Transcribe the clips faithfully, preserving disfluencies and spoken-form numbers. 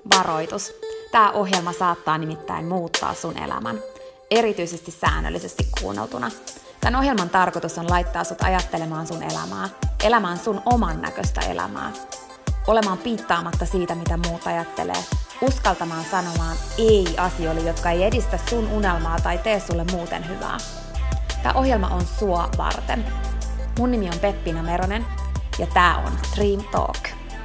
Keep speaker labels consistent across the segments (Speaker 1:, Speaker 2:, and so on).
Speaker 1: Varoitus. Tämä ohjelma saattaa nimittäin muuttaa sun elämän, erityisesti säännöllisesti kuunneltuna. Tämän ohjelman tarkoitus on laittaa sut ajattelemaan sun elämää, elämään sun oman näköistä elämää, olemaan piittaamatta siitä, mitä muut ajattelee, uskaltamaan sanomaan ei asioille, jotka ei edistä sun unelmaa tai tee sulle muuten hyvää. Tämä ohjelma on sua varten. Mun nimi on Peppina Meronen ja tää on Dream Talk.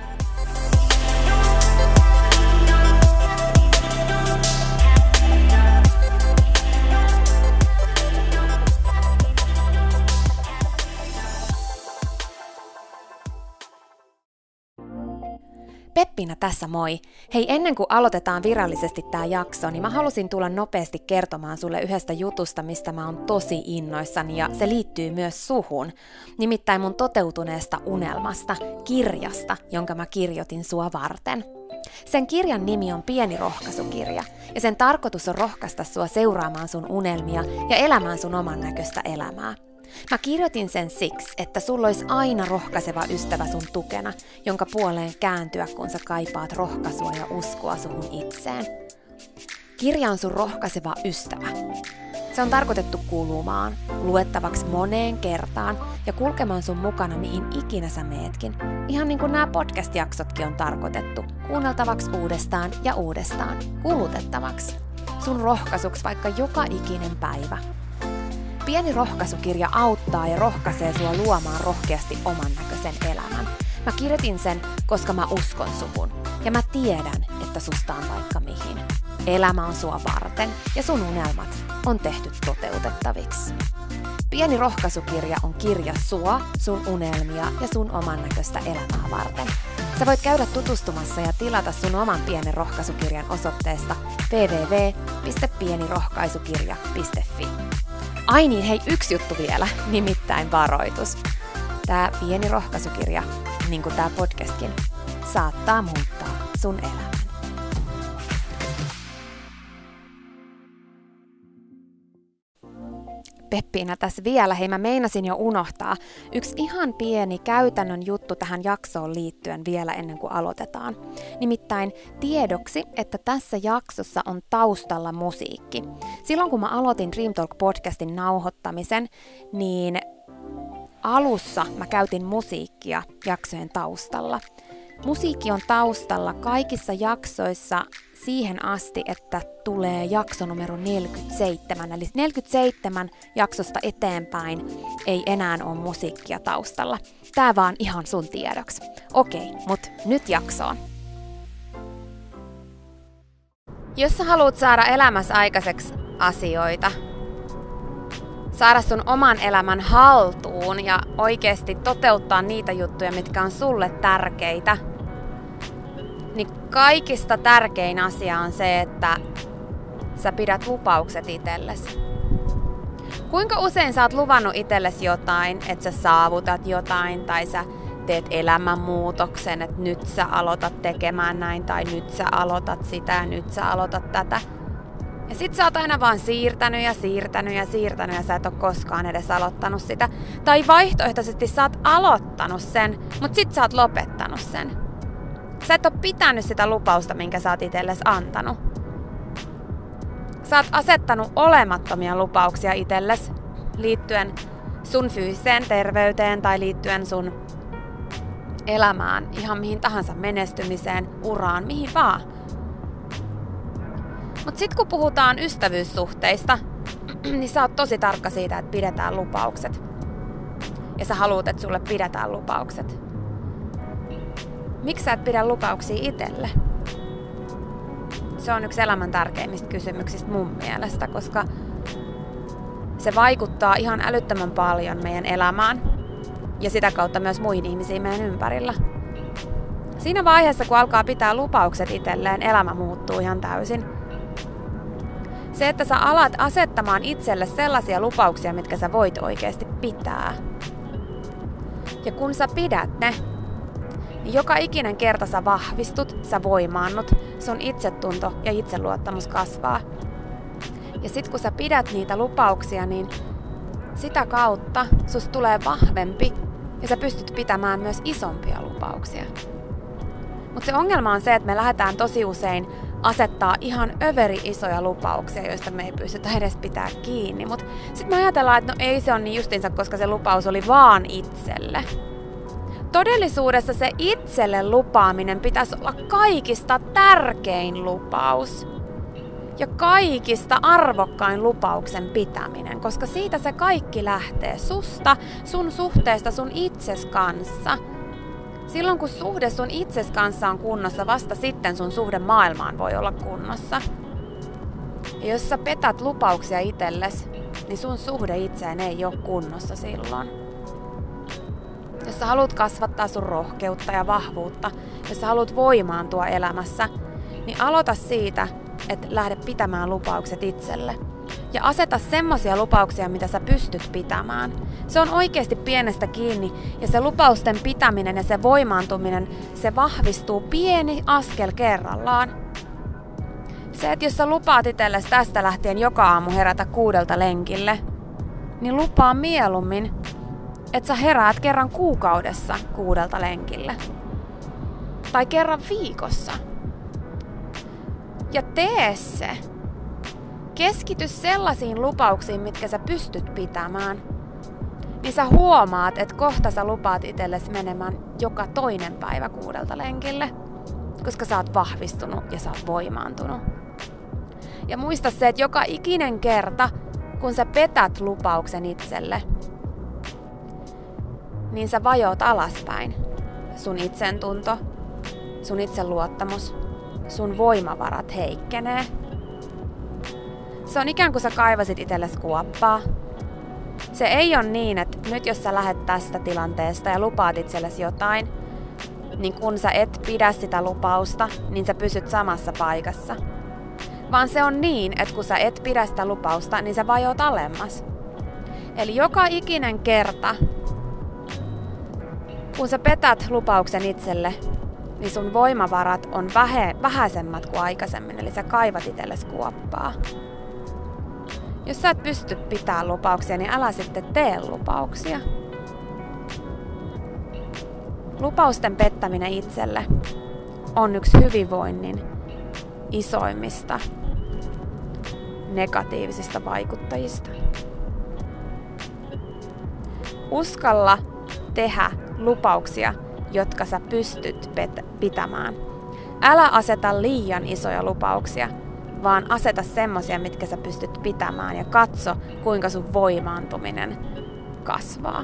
Speaker 1: Peppina tässä moi! Hei, ennen kuin aloitetaan virallisesti tää jakso, niin mä halusin tulla nopeasti kertomaan sulle yhdestä jutusta, mistä mä oon tosi innoissani ja se liittyy myös suhun. Nimittäin mun toteutuneesta unelmasta, kirjasta, jonka mä kirjoitin sua varten. Sen kirjan nimi on Pieni rohkaisukirja ja sen tarkoitus on rohkaista sua seuraamaan sun unelmia ja elämään sun oman näköistä elämää. Mä kirjoitin sen siksi, että sulla olisi aina rohkaiseva ystävä sun tukena, jonka puoleen kääntyä, kun sä kaipaat rohkaisua ja uskoa suhun itseen. Kirja on sun rohkaiseva ystävä. Se on tarkoitettu kuulumaan, luettavaksi moneen kertaan ja kulkemaan sun mukana mihin ikinä sä meetkin. Ihan niin kuin nämä podcast-jaksotkin on tarkoitettu, kuunneltavaksi uudestaan ja uudestaan, kulutettavaksi. Sun rohkaisuksi vaikka joka ikinen päivä. Pieni rohkaisukirja auttaa ja rohkaisee sua luomaan rohkeasti oman näköisen elämän. Mä kirjoitin sen, koska mä uskon suhun. Ja mä tiedän, että susta on vaikka mihin. Elämä on sua varten ja sun unelmat on tehty toteutettaviksi. Pieni rohkaisukirja on kirja sua, sun unelmia ja sun oman näköistä elämää varten. Sä voit käydä tutustumassa ja tilata sun oman pienen rohkaisukirjan osoitteesta double-u double-u double-u piste pienirohkaisukirja piste fi. Ai niin, hei, yksi juttu vielä, nimittäin varoitus. Tää pieni rohkaisukirja, niin kuin tää podcastkin, saattaa muuttaa sun elämän. Peppiina tässä vielä, hei mä meinasin jo unohtaa. Yksi ihan pieni käytännön juttu tähän jaksoon liittyen vielä ennen kuin aloitetaan. Nimittäin tiedoksi, että tässä jaksossa on taustalla musiikki. Silloin kun mä aloitin Dream Talk-podcastin nauhoittamisen, niin alussa mä käytin musiikkia jaksojen taustalla. Musiikki on taustalla kaikissa jaksoissa siihen asti, että tulee jakso numero neljäkymmentäseitsemän. Eli neljäkymmentäseitsemän jaksosta eteenpäin ei enää ole musiikkia taustalla. Tää vaan ihan sun tiedoksi. Okei, mut nyt jaksoon. Jos sä haluat saada elämässä aikaiseksi asioita, saada sun oman elämän haltuun ja oikeasti toteuttaa niitä juttuja, mitkä on sulle tärkeitä, niin kaikista tärkein asia on se, että sä pidät lupaukset itsellesi. Kuinka usein sä oot luvannut itsellesi jotain, että sä saavutat jotain tai sä teet elämänmuutoksen, että nyt sä aloitat tekemään näin tai nyt sä aloitat sitä ja nyt sä aloitat tätä. Ja sit sä oot aina vaan siirtänyt ja siirtänyt ja siirtänyt ja sä et oo koskaan edes aloittanut sitä. Tai vaihtoehtoisesti sä oot aloittanut sen, mut sit sä oot lopettanut sen. Sä et oo pitänyt sitä lupausta, minkä sä oot itsellesi antanut. Sä oot asettanut olemattomia lupauksia itsellesi liittyen sun fyysiseen terveyteen tai liittyen sun elämään, ihan mihin tahansa menestymiseen, uraan, mihin vaan. Mut sit kun puhutaan ystävyyssuhteista, niin sä oot tosi tarkka siitä, että pidetään lupaukset. Ja sä haluut, että sulle pidetään lupaukset. Miksi sä et pidä lupauksia itselle? Se on yksi elämän tärkeimmistä kysymyksistä mun mielestä, koska se vaikuttaa ihan älyttömän paljon meidän elämään ja sitä kautta myös muihin ihmisiin meidän ympärillä. Siinä vaiheessa, kun alkaa pitää lupaukset itselleen, elämä muuttuu ihan täysin. Se, että sä alat asettamaan itselle sellaisia lupauksia, mitkä sä voit oikeasti pitää. Ja kun sä pidät ne, niin joka ikinen kerta sä vahvistut, sä voimaannut, sun itsetunto ja itseluottamus kasvaa. Ja sit kun sä pidät niitä lupauksia, niin sitä kautta susta tulee vahvempi ja sä pystyt pitämään myös isompia lupauksia. Mutta se ongelma on se, että me lähdetään tosi usein asettaa ihan överi isoja lupauksia, joista me ei pystytä edes pitää kiinni. Mutta sitten me ajatellaan, että no ei se ole niin justiinsa, koska se lupaus oli vaan itselle. Todellisuudessa se itselle lupaaminen pitäisi olla kaikista tärkein lupaus. Ja kaikista arvokkain lupauksen pitäminen, koska siitä se kaikki lähtee susta, sun suhteesta sun itses kanssa. Silloin kun suhde sun itses kanssa on kunnossa, vasta sitten sun suhde maailmaan voi olla kunnossa. Ja jos sä petät lupauksia itsellesi, niin sun suhde itseen ei ole kunnossa silloin. Jos sä haluat kasvattaa sun rohkeutta ja vahvuutta, jos sä haluat voimaantua elämässä, niin aloita siitä, että lähde pitämään lupaukset itselle. Ja aseta semmosia lupauksia, mitä sä pystyt pitämään. Se on oikeasti pienestä kiinni, ja se lupausten pitäminen ja se voimaantuminen, se vahvistuu pieni askel kerrallaan. Se, että jos sä lupaat itsellesi tästä lähtien joka aamu herätä kuudelta lenkille, niin lupaa mieluummin, että sä heräät kerran kuukaudessa kuudelta lenkille. Tai kerran viikossa. Ja tee se. Keskity sellaisiin lupauksiin, mitkä sä pystyt pitämään. Niin sä huomaat, että kohta sä lupaat itsellesi menemään joka toinen päivä kuudelta lenkille. Koska sä oot vahvistunut ja sä oot voimaantunut. Ja muista se, että joka ikinen kerta, kun sä petät lupauksen itselle, niin sä vajoot alaspäin. Sun itsentunto, sun itseluottamus, sun voimavarat heikkenee. Se on ikään kuin sä kaivasit itsellesi kuoppaa. Se ei ole niin, että nyt jos sä lähdet tästä tilanteesta ja lupaat itsellesi jotain, niin kun sä et pidä sitä lupausta, niin sä pysyt samassa paikassa. Vaan se on niin, että kun sä et pidä sitä lupausta, niin sä vajoot alemmas. Eli joka ikinen kerta, kun sä petät lupauksen itselle, niin sun voimavarat on vähe, vähäisemmät kuin aikaisemmin, eli sä kaivat itsellesi kuoppaa. Jos sä et pysty pitämään lupauksia, niin älä sitten tee lupauksia. Lupausten pettäminen itselle on yksi hyvinvoinnin isoimmista negatiivisista vaikuttajista. Uskalla tehdä lupauksia, jotka sä pystyt pet- pitämään. Älä aseta liian isoja lupauksia, vaan aseta semmosia, mitkä sä pystyt pitämään ja katso, kuinka sun voimaantuminen kasvaa.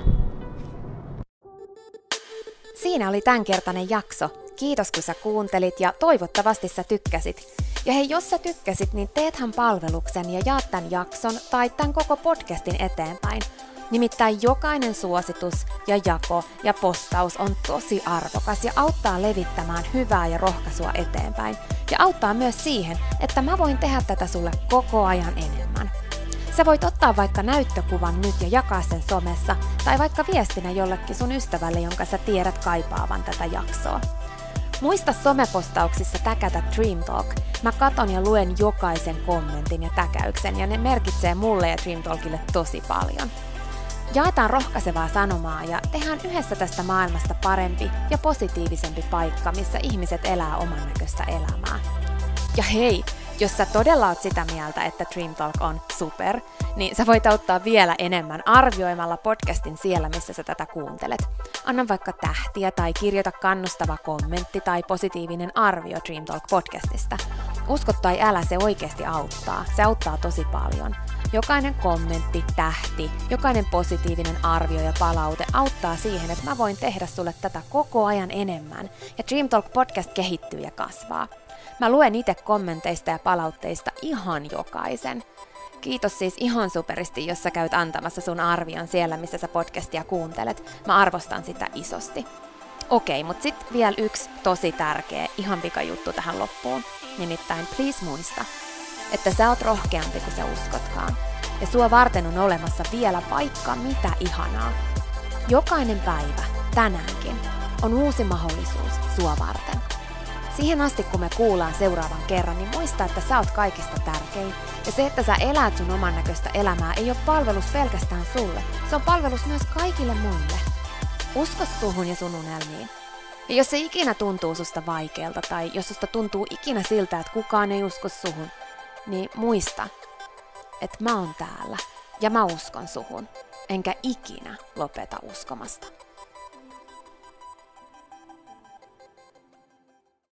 Speaker 1: Siinä oli tämänkertainen jakso. Kiitos kun sä kuuntelit ja toivottavasti sä tykkäsit. Ja hei, jos sä tykkäsit, niin teethän palveluksen ja jaat tämän jakson tai tämän koko podcastin eteenpäin. Nimittäin jokainen suositus ja jako ja postaus on tosi arvokas ja auttaa levittämään hyvää ja rohkaisua eteenpäin. Ja auttaa myös siihen, että mä voin tehdä tätä sulle koko ajan enemmän. Sä voit ottaa vaikka näyttökuvan nyt ja jakaa sen somessa, tai vaikka viestinä jollekin sun ystävälle, jonka sä tiedät kaipaavan tätä jaksoa. Muista somepostauksissa täkätä Dream Talk. Mä katon ja luen jokaisen kommentin ja täkäyksen, ja ne merkitsee mulle ja Dream Talkille tosi paljon. Jaetaan rohkaisevaa sanomaa ja tehdään yhdessä tästä maailmasta parempi ja positiivisempi paikka, missä ihmiset elää oman näköistä elämää. Ja hei, jos sä todella oot sitä mieltä, että Dream Talk on super, niin sä voit auttaa vielä enemmän arvioimalla podcastin siellä, missä sä tätä kuuntelet. Anna vaikka tähtiä tai kirjoita kannustava kommentti tai positiivinen arvio Dream Talk podcastista. Usko tai älä, se oikeasti auttaa. Se auttaa tosi paljon. Jokainen kommentti, tähti, jokainen positiivinen arvio ja palaute auttaa siihen, että mä voin tehdä sulle tätä koko ajan enemmän. Ja Dream Talk podcast kehittyy ja kasvaa. Mä luen itse kommenteista ja palautteista ihan jokaisen. Kiitos siis ihan superisti, jos sä käyt antamassa sun arvion siellä, missä sä podcastia kuuntelet. Mä arvostan sitä isosti. Okei, mut sit vielä yksi tosi tärkeä, ihan pikajuttu tähän loppuun. Nimittäin please muista, että sä oot rohkeampi kuin sä uskotkaan. Ja sua varten on olemassa vielä vaikka mitä ihanaa. Jokainen päivä, tänäänkin, on uusi mahdollisuus sua varten. Siihen asti, kun me kuullaan seuraavan kerran, niin muista, että sä oot kaikista tärkein. Ja se, että sä elät sun oman näköistä elämää, ei ole palvelus pelkästään sulle. Se on palvelus myös kaikille muille. Usko suhun ja sun unelmiin. Ja jos se ikinä tuntuu susta vaikealta tai jos susta tuntuu ikinä siltä, että kukaan ei usko suhun, niin muista, että mä oon täällä ja mä uskon suhun, enkä ikinä lopeta uskomasta.